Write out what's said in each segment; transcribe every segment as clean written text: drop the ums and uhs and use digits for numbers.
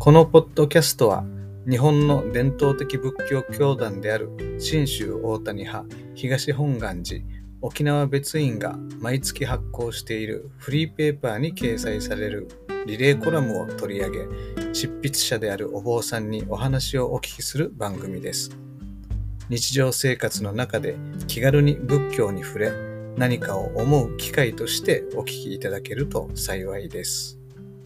このポッドキャストは日本の伝統的仏教教団である真宗大谷派東本願寺沖縄別院が毎月発行しているフリーペーパーに掲載されるリレーコラムを取り上げ、執筆者であるお坊さんにお話をお聞きする番組です。日常生活の中で気軽に仏教に触れ、何かを思う機会としてお聞きいただけると幸いです。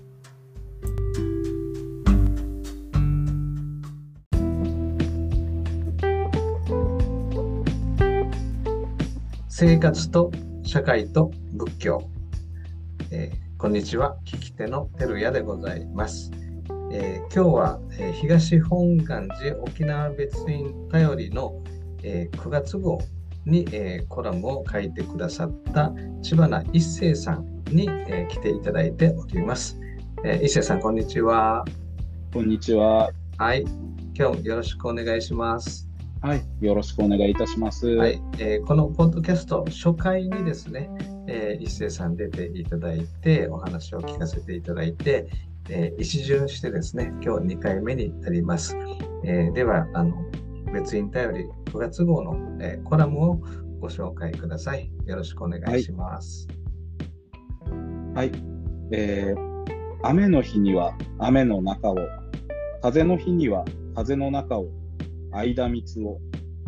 生活と社会と仏教、こんにちは、聞き手の照屋でございます。今日は、東本願寺沖縄別院便りの、9月号に、コラムを書いてくださった知花一生さんに、来ていただいております。一生さん、こんにちは。 こんにちは。 はい、今日よろしくお願いします。 はい、よろしくお願いいたします。 はい、このポッドキャスト初回にですね、一生さん出ていただいてお話を聞かせていただいて、一巡してですね、今日2回目になります。では別院便り9月号の、コラムをご紹介ください。よろしくお願いします。 はい、雨の日には雨の中を、風の日には風の中を、間蜜を。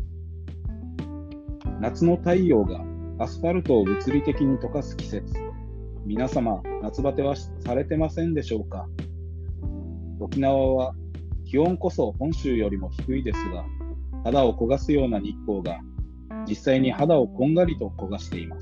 夏の太陽がアスファルトを物理的に溶かす季節。皆様、夏バテはされてませんでしょうか。沖縄は気温こそ本州よりも低いですが、肌を焦がすような日光が実際に肌をこんがりと焦がしています。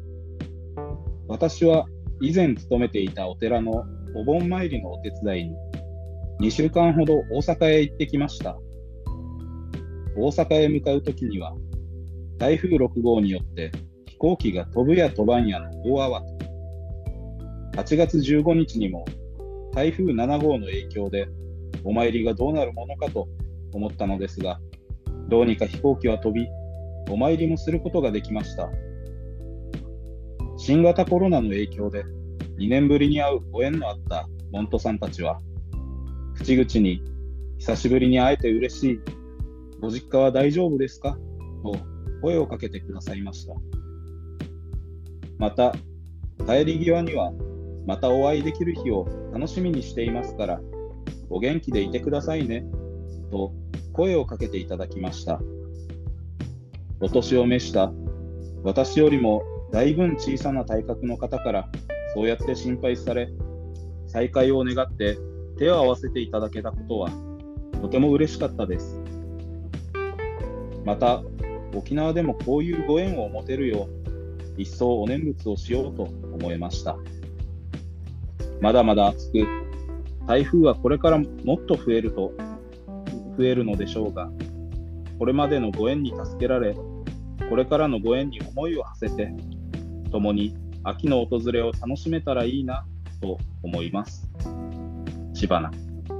私は以前勤めていたお寺のお盆参りのお手伝いに2週間ほど大阪へ行ってきました。大阪へ向かうときには台風6号によって飛行機が飛ぶや飛ばんやの大慌て。8月15日にも台風7号の影響でお参りがどうなるものかと思ったのですが、どうにか飛行機は飛び、お参りもすることができました。新型コロナの影響で2年ぶりに会うご縁のあった門徒さんたちは、口々に久しぶりに会えて嬉しい、ご実家は大丈夫ですかと声をかけてくださいました。また、帰り際には、またお会いできる日を楽しみにしていますから、お元気でいてくださいね、と声をかけていただきました。お年を召した私よりもだいぶん小さな体格の方からそうやって心配され、再会を願って手を合わせていただけたことはとても嬉しかったです。また、沖縄でもこういうご縁を持てるよう一層お念仏をしようと思いました。まだまだ暑く、台風はこれからもっと増えるのでしょうが、これまでのご縁に助けられ、これからのご縁に思いを馳せて、共に秋の訪れを楽しめたらいいなと思います。知花。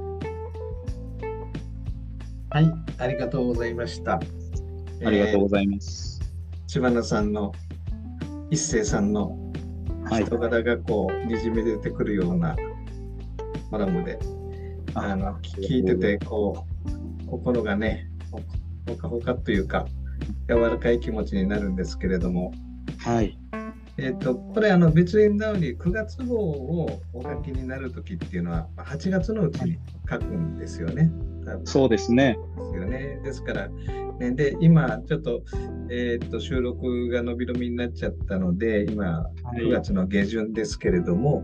はい、ありがとうございました。 ありがとうございます。 知花さんの一生さんの人柄がこうにじみ出てくるようなコラムで、聞いててこう心がねほかほかというか柔らかい気持ちになるんですけれども、 はい。 これ別院便り9月号をお書きになるときっていうのは8月のうちに書くんですよね。 そうですね。 ですよね。ですから、ね、で今ちょっと、収録が伸び伸びになっちゃったので、今9月の下旬ですけれども、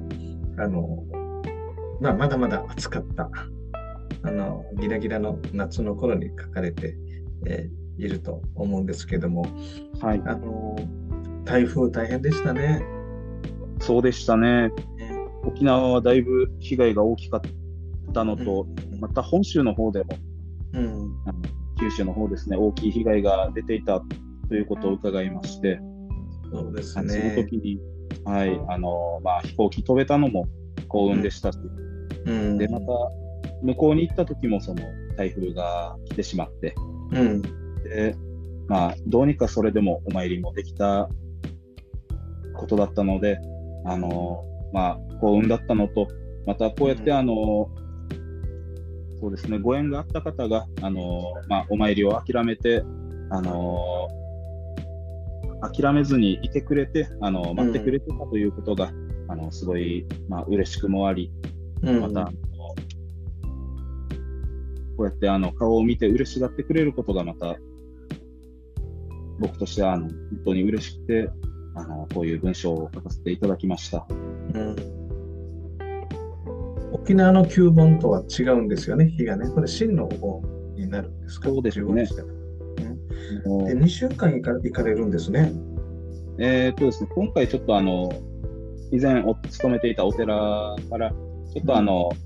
まだまだ暑かったギラギラの夏の頃に書かれて、いると思うんですけども、 はい。 台風大変でしたね。 そうでしたね。沖縄はだいぶ被害が大きかったのと、また本州の方でも、九州の方ですね、大きい被害が出ていたということを伺いまして、 そうですね。 その時に、はい、飛行機飛べたのも幸運でしたし、でまた向こうに行った時もその台風が来てしまって、でどうにかそれでもお参りもできたことだったので、幸運だったのと、またこうやってそうですね、ご縁があった方が、お参りを諦めて、諦めずにいてくれて、待ってくれてたということが、すごい、嬉しくもあり、また、こうやって顔を見て嬉しがってくれることがまた、僕としては本当に嬉しくて、こういう文章を書かせていただきました。 沖縄の旧盆とは違うんですよね、日がね。これ、真のお盆になるんですか？ そうですね。 で、2週間行かれるんですね。 ですね、今回ちょっと以前勤めていたお寺から、ちょっと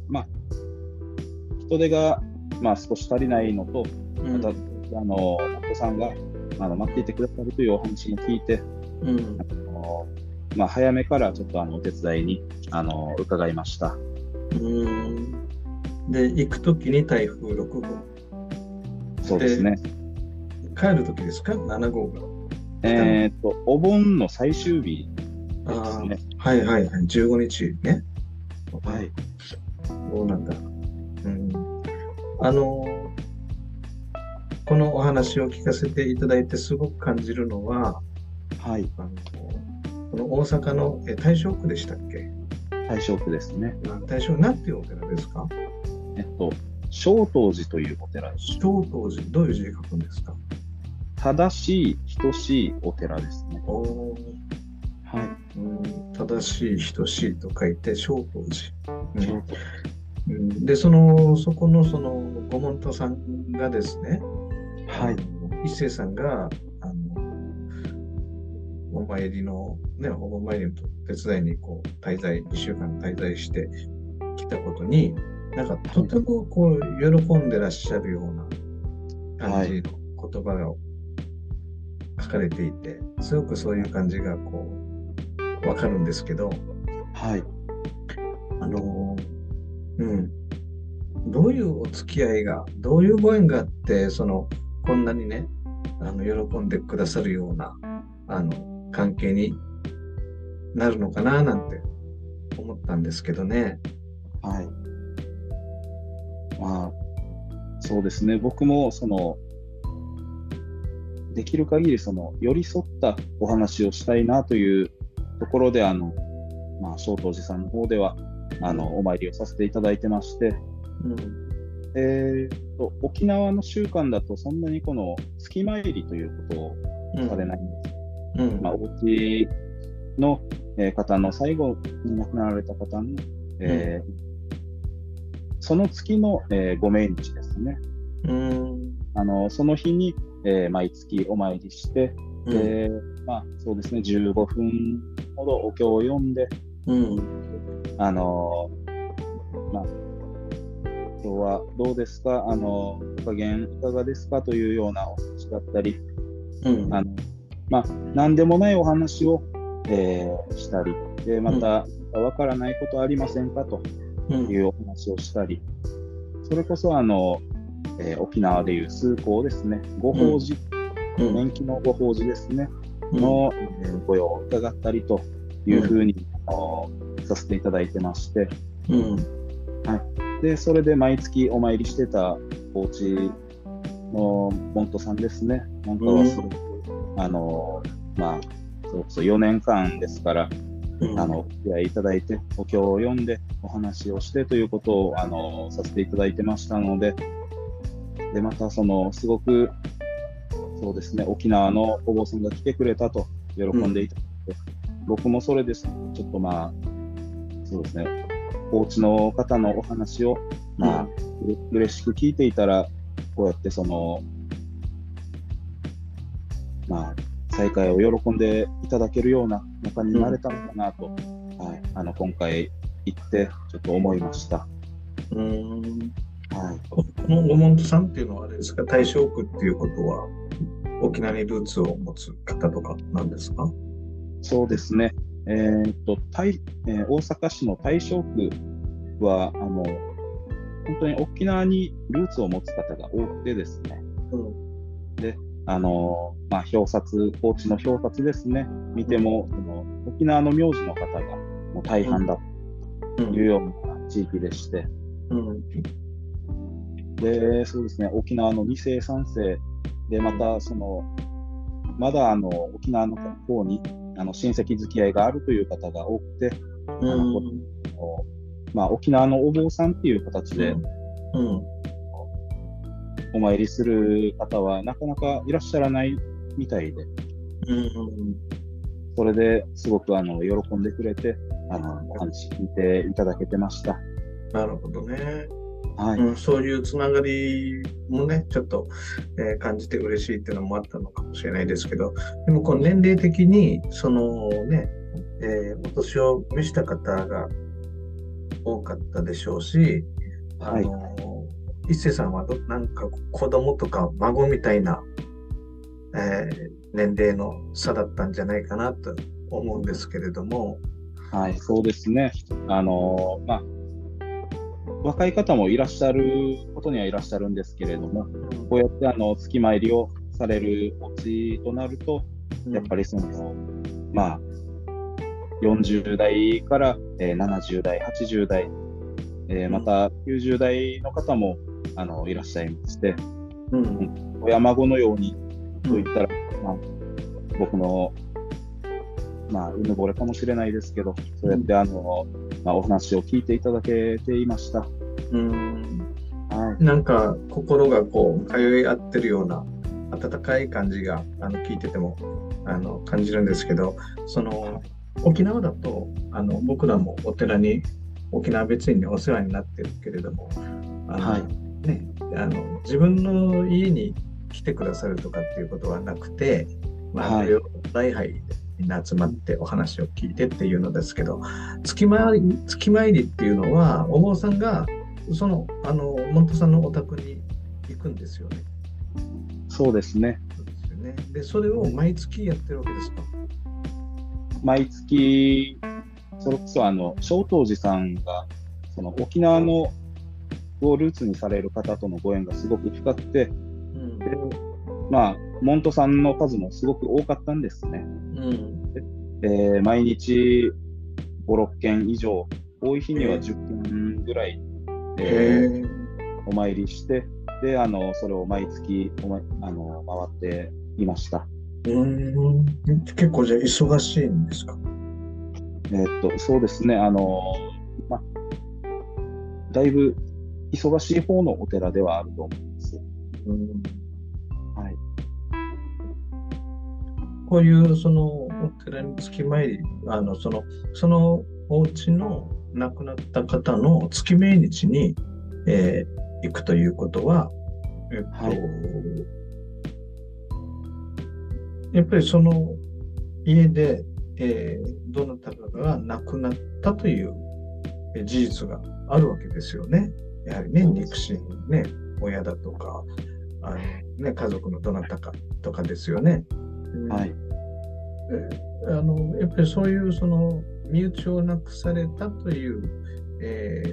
人手が少し足りないのと、また、お子さんが待っていてくださるというお話も聞いて、早めからちょっとお手伝いに伺いました。 で、行くときに台風6号。 そうですね。 帰るときですか？7号が。 お盆の最終日ですね。 はいはいはい。15日ね。 はい。 そうなんだ。このお話を聞かせていただいてすごく感じるのは、 はい。 この大阪の大正区でしたっけ？ 大正区ですね。 大正、なんていうお寺ですか？ 正東寺というお寺です。 正東寺、どういう字で書くんですか？ 正しい、等しいお寺ですね。 はい。正しい、等しいと書いて正東寺。で、そこのご門徒さんがですね、 はい。 一生さんがお参りのね、お盆参りの手伝いに2週間滞在してきたことに、なんかとても喜んでらっしゃるような感じの言葉が書かれていて、すごくそういう感じがわかるんですけど、 はい。 どういうお付き合いが、どういうご縁があって、こんなにね、喜んでくださるような、関係になるのかななんて思ったんですけどね。 はい。そうですね。僕もできる限り寄り添ったお話をしたいなというところで正東寺さんの方ではお参りをさせていただいてまして、沖縄の習慣だとそんなに月参りということをされないんです。お家の方の最後に亡くなられた方の、その月のご命日ですね。その日に毎月お参りして、そうですね、15分ほどお経を読んで、今日はどうですか、お加減いかがですかというようなお話だったり、何でもないお話を、したり、また、わからないことありませんかというお話をしたり、それこそ沖縄でいう崇高ですね、ご法事、年季のご法事ですね、の、ご用を伺ったりというふうに、させていただいてまして、でそれで毎月お参りしてたお家の門徒さんですね、なんかはすごく、そうそう4年間ですから、お付き合いいただいて、お経を読んで、お話をしてということをさせていただいてましたので、でまたすごく、そうですね、沖縄のお坊さんが来てくれたと喜んでいただいて、僕もそれです、ちょっとそうですね、お家の方のお話を、嬉しく聞いていたら、こうやって再会を喜んでいただけるような仲になれたのかなと、今回行ってちょっと思いました。 このご門徒さんっていうのはあれですか、大正区っていうことは沖縄にルーツを持つ方とかなんですか？ そうですね。大阪市の大正区は本当に沖縄にルーツを持つ方が多くてですね。で表札、高知の表札ですね、見ても、沖縄の名字の方がもう大半だというような地域でして、 で、そうですね、沖縄の2世、3世で、また、まだ沖縄の方に親戚付き合いがあるという方が多くて、沖縄のお坊さんっていう形でお参りする方はなかなかいらっしゃらないみたいで、それですごく喜んでくれて、お話聞いていただけてました。 なるほどね。 はい。 そういうつながりもね、ちょっと、感じて嬉しいっていうのもあったのかもしれないですけど、でもこう年齢的に、お年を召した方が多かったでしょうし、一世さんはなんか子供とか孫みたいな、年齢の差だったんじゃないかなと思うんですけれども。 はい、そうですね。若い方もいらっしゃることにはいらっしゃるんですけれども、こうやって月参りをされるお家となると、やっぱり40代から、70代、80代、また90代の方もいらっしゃいまして、親孫のようにといったら、僕のうぬぼれかもしれないですけど、そうやってお話を聞いていただけていました。 なんか心がこう通い合ってるような温かい感じが聞いてても感じるんですけど、沖縄だと僕らもお寺に沖縄別院にお世話になってるけれども、自分の家に来てくださるとかっていうことはなくて、礼拝でみんな集まってお話を聞いてっていうのですけど、月参りっていうのはお坊さんが門徒さんのお宅に行くんですよね。 そうですね。 そうですよね。で、それを毎月やってるわけですか？ 毎月、それこそ正東寺さんが沖縄のをルーツにされる方とのご縁がすごく深くて、門徒さんの数もすごく多かったんですね。毎日5、6件以上、多い日には10件ぐらい、お参りして、でそれを毎月回っていました。 結構じゃあ忙しいんですか？ そうですね。だいぶ忙しい方のお寺ではあると思います。 こういうお寺に月参り、そのお家の亡くなった方の月命日に、行くということは、やっぱりその家で、どなたかが亡くなったという事実があるわけですよね。やはりね、肉親ね、親だとか家族のどなたかとかですよね。やっぱりそういう身内を亡くされたという、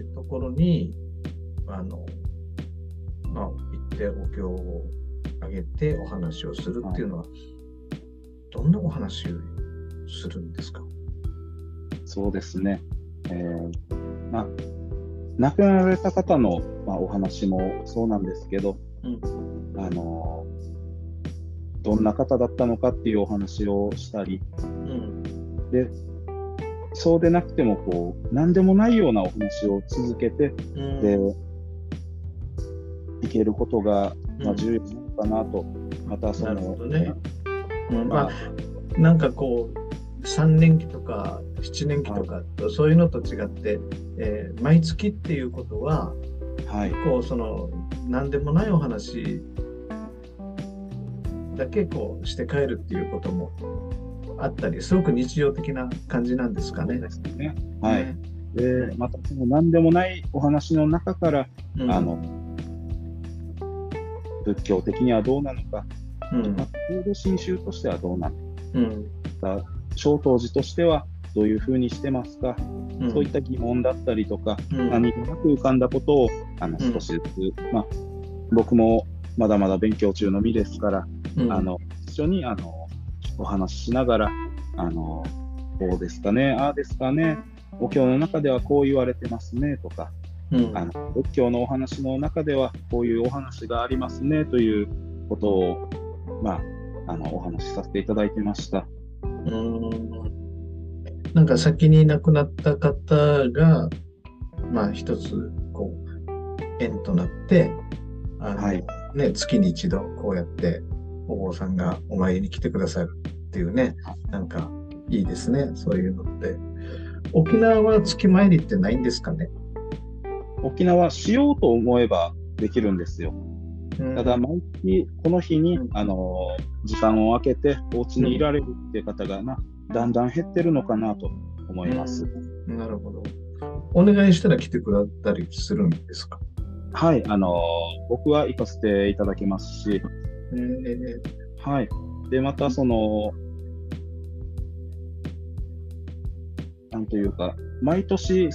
ところに行ってお経をあげてお話をするっていうのは、どんなお話をするんですか？ そうですね。亡くなられた方の、お話もそうなんですけど、どんな方だったのかっていうお話をしたり、でそうでなくても何でもないようなお話を続けて、でいけることが、重要なのかなと。またなるほどね。なんか3年期とか7年期とか、そういうのと違って、毎月っていうことは、何でもないお話だけして帰るっていうこともあったり、すごく日常的な感じなんですかね。 そうですね。でまた何でもないお話の中から、仏教的にはどうなのか、浄土真宗としてはどうなのか、正東寺としてはどういうふうにしてますか、そういった疑問だったりとか、何となく浮かんだことを少しずつ、僕もまだまだ勉強中の身ですから、一緒にお話ししながら、こうですかね、ああですかね、お経の中ではこう言われてますねとか、 仏教のお話の中ではこういうお話がありますねということを、お話しさせていただいてました。 なんか先に亡くなった方が、一つ縁となって、月に一度こうやってお坊さんがお参りに来てくださるっていうね、なんかいいですね、そういうのって。沖縄は月参りってないんですかね？ 沖縄しようと思えばできるんですよ。ただ毎月この日に、時間を空けてお家にいられるっていう方がだんだん減ってるのかなと思います。 なるほど。お願いしたら来てくだったりするんですか？ はい、僕は行かせていただきますし、はい。で、またなんというか、毎年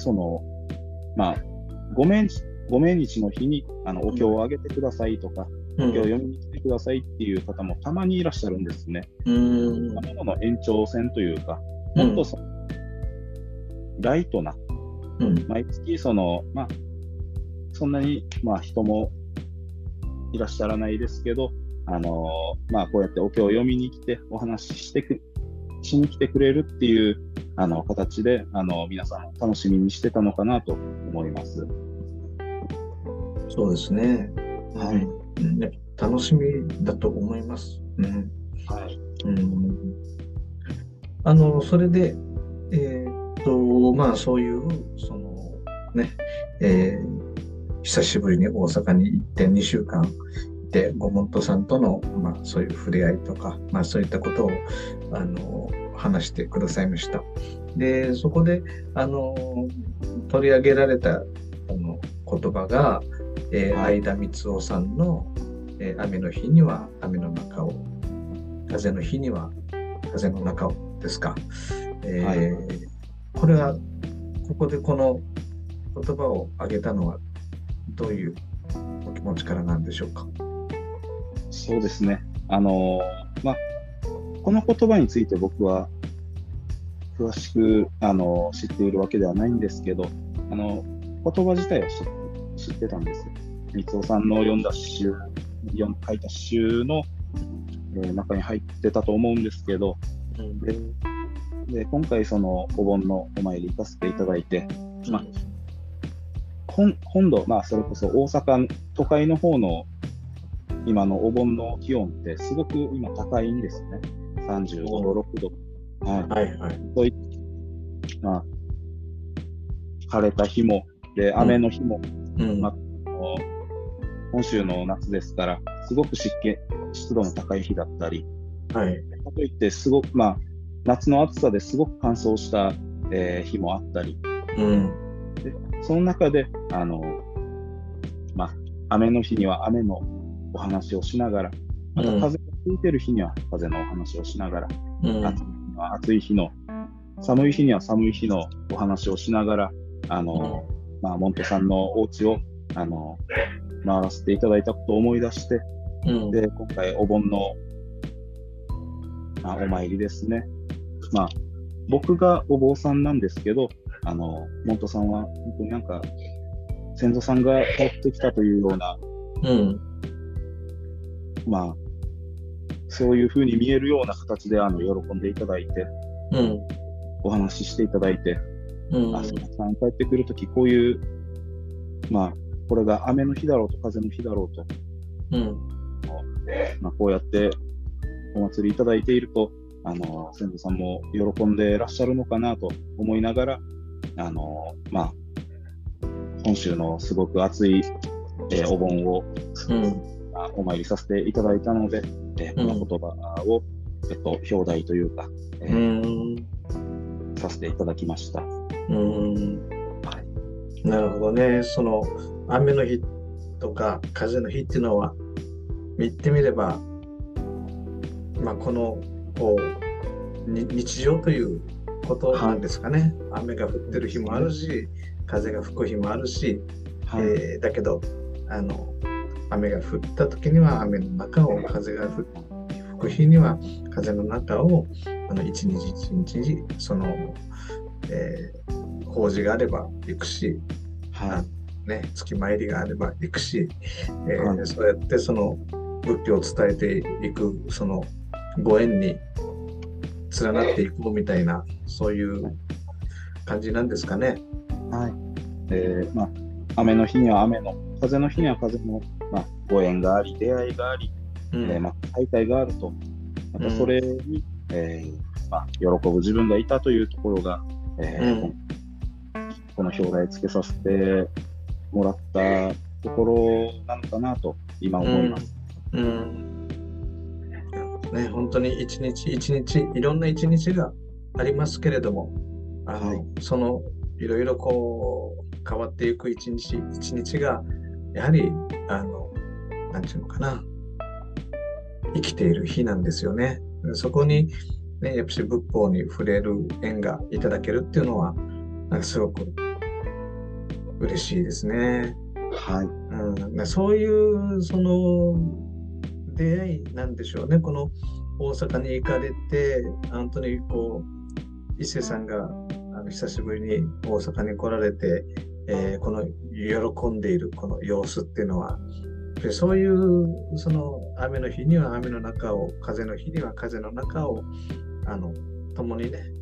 ご命日の日にお経をあげてくださいとか、お経を読みに来てくださいっていう方もたまにいらっしゃるんですね。ものの延長線というか、もっとライトな、毎月そんなに人もいらっしゃらないですけど、こうやってお経を読みに来てお話しに来てくれるっていう形で皆さん楽しみにしてたのかなと思います。 そうですね。楽しみだと思います。それでそういう久しぶりに大阪に行って2週間いて、ご門徒さんとのそういう触れ合いとかそういったことを話してくださいました。で、そこで取り上げられた言葉が、相田光夫さんの、雨の日には雨の中を、風の日には風の中をですか。これはここでこの言葉を挙げたのはどういうお気持ちからなんでしょうか？ そうですね。この言葉について僕は詳しく知っているわけではないんですけど、言葉自体は知ってたんですよ。光夫さんの書いた詩集の、中に入ってたと思うんですけど、で今回お盆のお参り行かせていただいて、今度それこそ大阪都会の方の今のお盆の気温ってすごく今高いんですね。35度、6度。そういった晴れた日もで雨の日も、本州の夏ですからすごく湿度の高い日だったり、かといってすごく夏の暑さですごく乾燥した、日もあったり、でその中で雨の日には雨のお話をしながら、また風が吹いてる日には風のお話をしながら、暑い日の寒い日には寒い日のお話をしながら門徒さんのお家を回らせていただいたことを思い出して、で今回お盆の、お参りですね。僕がお坊さんなんですけど、門徒さんは本当に先祖さんが通ってきたというような、そういうふうに見えるような形で喜んでいただいて、お話ししていただいて、先祖さん帰ってくるときこういう、これが雨の日だろうと風の日だろうと、こうやってお祭りいただいていると先祖さんも喜んでいらっしゃるのかなと思いながら本州のすごく暑い、お盆を、お参りさせていただいたので、この言葉を、表題というか、させていただきました。 なるほどね。その雨の日とか風の日っていうのは言ってみれば、この日常ということなんですかね。雨が降ってる日もあるし、風が吹く日もあるし、だけど雨が降った時には雨の中を、風が吹く日には風の中を一日一日その、法事があれば行くし、 ね、月参りがあれば行くし、 はいそうやってその仏教を伝えていくそのご縁に連なっていこうみたいな、そういう感じなんですかね。 はい。雨の日には雨の、風の日には風の、ご縁があり、出会いがあり、再会があると、またそれに、喜ぶ自分がいたというところが、この表題つけさせてもらったところなのかなと今思います。 ね、本当に一日一日いろんな一日がありますけれども、そのいろいろこう変わっていく一日一日がやはりなんていうのかな、生きている日なんですよね。そこにね、やっぱり仏法に触れる縁がいただけるっていうのはなんかすごく嬉しいですね。 はい。 そういうその出会いなんでしょうね。この大阪に行かれて、本当にこう伊勢さんが久しぶりに大阪に来られて、この喜んでいるこの様子っていうのは、そういうその雨の日には雨の中を、風の日には風の中を共にね、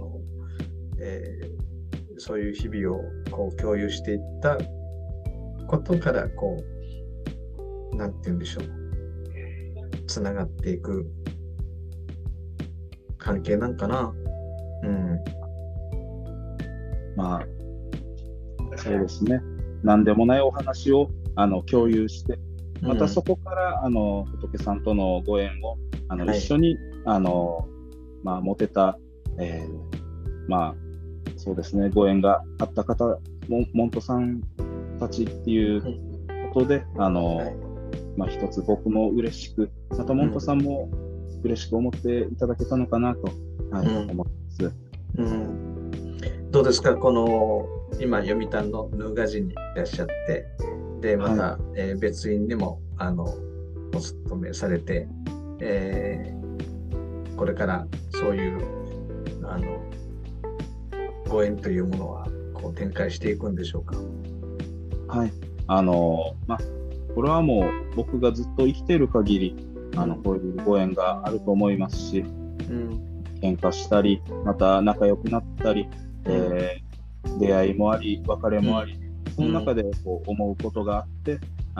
そういう日々をこう共有していったことからこうなんて言うんでしょう、つながっていく関係なんかな。 そうですね。何でもないお話を共有して、またそこから仏さんとのご縁を一緒に持てた、そうですね、ご縁があった方、門徒さんたちっていうことで、一つ僕も嬉しく、また門徒さんも嬉しく思っていただけたのかなと、思います。 どうですか、この今読谷のヌガ寺にいらっしゃって、でまた、別院にもお勤めされて、これからそういうご縁というものはこう展開していくんでしょうか。 はい、これはもう僕がずっと生きている限りこういうご縁があると思いますし、喧嘩したりまた仲良くなったり、出会いもあり別れもあり、その中でこう思うことがあって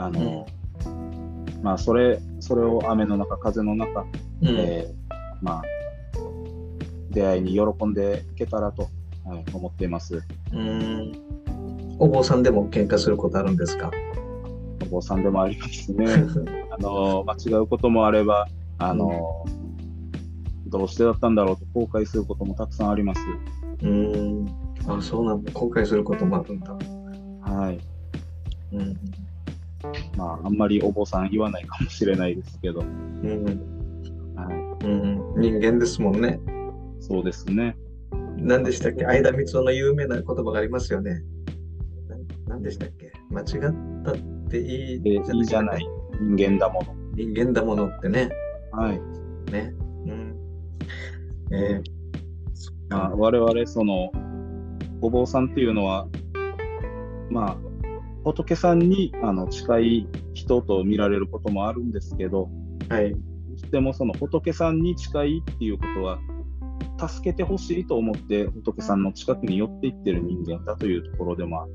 それを雨の中風の中、出会いに喜んでいけたらと、思っています。 お坊さんでも喧嘩することあるんですか？ お坊さんでもありますね。間違うこともあればどうしてだったんだろうと後悔することもたくさんあります。 そうなんだ。後悔することもあるんだ。 はい。あんまりお坊さん言わないかもしれないですけど。 人間ですもんね。 そうですね。 何でしたっけ？相田みつをの有名な言葉がありますよね。何でしたっけ？間違ったっていいじゃない。人間だもの。 人間だものってね。 はい。 ね。 我々そのお坊さんっていうのは仏さんに近い人と見られることもあるんですけど、でもその仏さんに近いっていうことは助けてほしいと思って仏さんの近くに寄っていってる人間だというところでもあって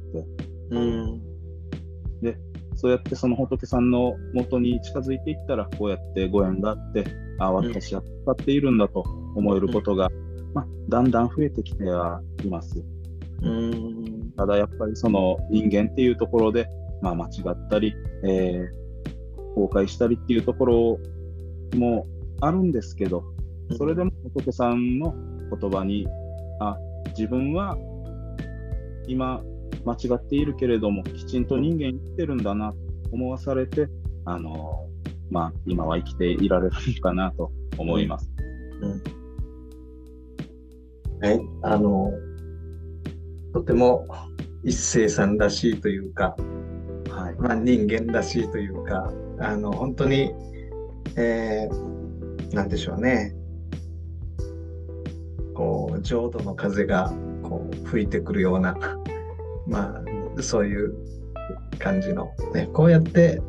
、でそうやってその仏さんの元に近づいていったらこうやってご縁があって私は使っているんだと思えることが、だんだん増えてきてはいます。ただやっぱりその人間っていうところで、間違ったり、後悔したりっていうところもあるんですけど、それでも仏さんの言葉に自分は今間違っているけれどもきちんと人間生きてるんだなと思わされて今は生きていられるのかなと思います。 とても一生さんらしいというか、人間らしいというか、本当に、なんでしょうね、こう浄土の風がこう吹いてくるようなそういう感じの、ね、こうやって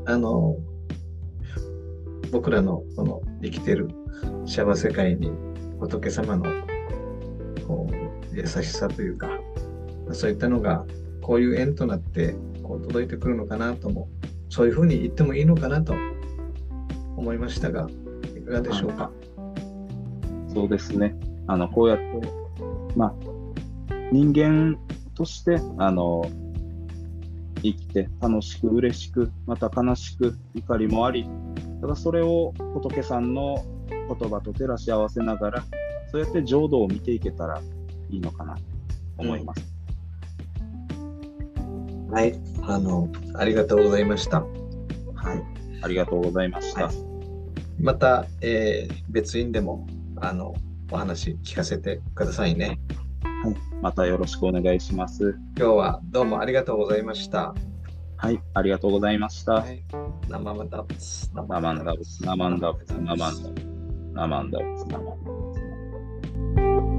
僕らのこの生きてる幸せ界に仏様のこう優しさというか、そういったのがこういう縁となってこう届いてくるのかなとも、そういうふうに言ってもいいのかなと思いましたが、いかがでしょうか。 そうですね。こうやって、人間として生きて楽しく嬉しく、また悲しく怒りもあり、ただそれを仏さんの言葉と照らし合わせながら、そうやって浄土を見ていけたらいいのかなと思います。 はい、ありがとうございました。 はい、ありがとうございました。 はい、また、別院でもお話聞かせてくださいね。 はい、またよろしくお願いします。 今日はどうもありがとうございました。 はい、ありがとうございました。 はい、ナマンダブツ、 ナマンダブツ、ナマンダブツ、ナマンダブツ、ナマンダブツ、ナマンダブツ。